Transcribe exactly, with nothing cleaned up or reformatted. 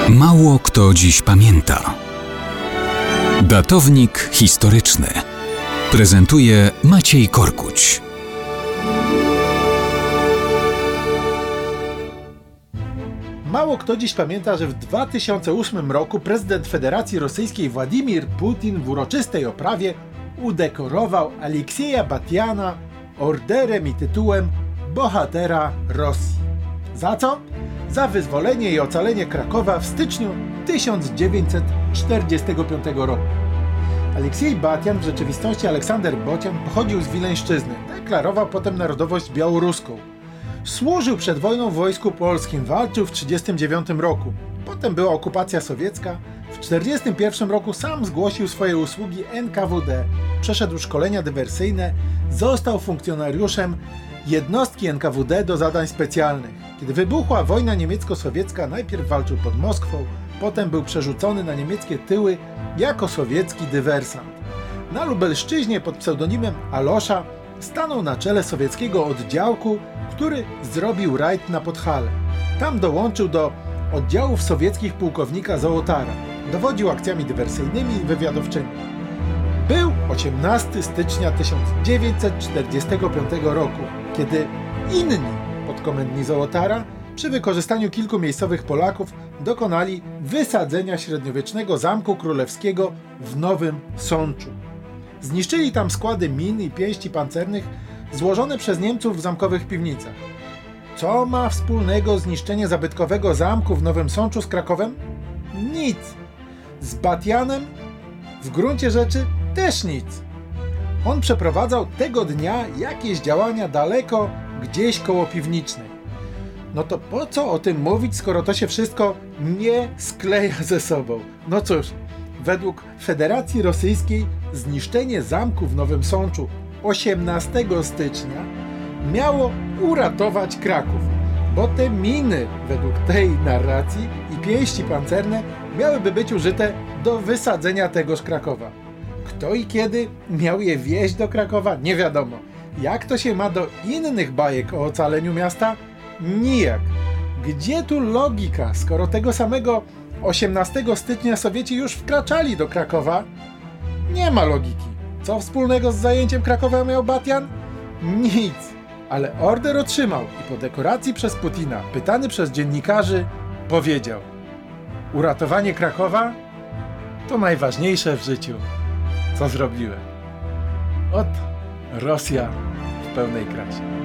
Mało kto dziś pamięta. Datownik historyczny prezentuje Maciej Korkuć. Mało kto dziś pamięta, że w dwa tysiące ósmym roku prezydent Federacji Rosyjskiej Władimir Putin w uroczystej oprawie udekorował Aleksieja Batiana orderem i tytułem Bohatera Rosji. Za co? Za wyzwolenie i ocalenie Krakowa w styczniu tysiąc dziewięćset czterdziestego piątego roku. Aleksiej Batian, w rzeczywistości Aleksander Bocian, pochodził z Wileńszczyzny. Deklarował potem narodowość białoruską. Służył przed wojną w Wojsku Polskim, walczył w tysiąc dziewięćset trzydziestym dziewiątym roku. Potem była okupacja sowiecka. W tysiąc dziewięćset czterdziestym pierwszym roku sam zgłosił swoje usługi N K W D. Przeszedł szkolenia dywersyjne, został funkcjonariuszem jednostki N K W D do zadań specjalnych. Kiedy wybuchła wojna niemiecko-sowiecka, najpierw walczył pod Moskwą, potem był przerzucony na niemieckie tyły jako sowiecki dywersant. Na Lubelszczyźnie pod pseudonimem Alosza stanął na czele sowieckiego oddziałku, który zrobił rajd na Podhale. Tam dołączył do oddziałów sowieckich pułkownika Zołotara. Dowodził akcjami dywersyjnymi i wywiadowczymi. Był osiemnastego stycznia tysiąc dziewięćset czterdziestego piątego roku, kiedy inni podkomendni Zołotara przy wykorzystaniu kilku miejscowych Polaków dokonali wysadzenia średniowiecznego Zamku Królewskiego w Nowym Sączu. Zniszczyli tam składy min i pięści pancernych złożone przez Niemców w zamkowych piwnicach. Co ma wspólnego zniszczenie zabytkowego zamku w Nowym Sączu z Krakowem? Nic. Z Batianem w gruncie rzeczy też nic. On przeprowadzał tego dnia jakieś działania daleko, gdzieś koło Piwnicznej. No to po co o tym mówić, skoro to się wszystko nie skleja ze sobą? No cóż, według Federacji Rosyjskiej zniszczenie zamku w Nowym Sączu osiemnastego stycznia miało uratować Kraków, bo te miny według tej narracji i pięści pancerne miałyby być użyte do wysadzenia tegoż Krakowa. Kto i kiedy miał je wieźć do Krakowa? Nie wiadomo. Jak to się ma do innych bajek o ocaleniu miasta? Nijak. Gdzie tu logika, skoro tego samego osiemnastego stycznia Sowieci już wkraczali do Krakowa? Nie ma logiki. Co wspólnego z zajęciem Krakowa miał Batian? Nic. Ale order otrzymał i po dekoracji przez Putina, pytany przez dziennikarzy, powiedział: uratowanie Krakowa to najważniejsze w życiu, co zrobiłem. Oto Rosja w pełnej krasie.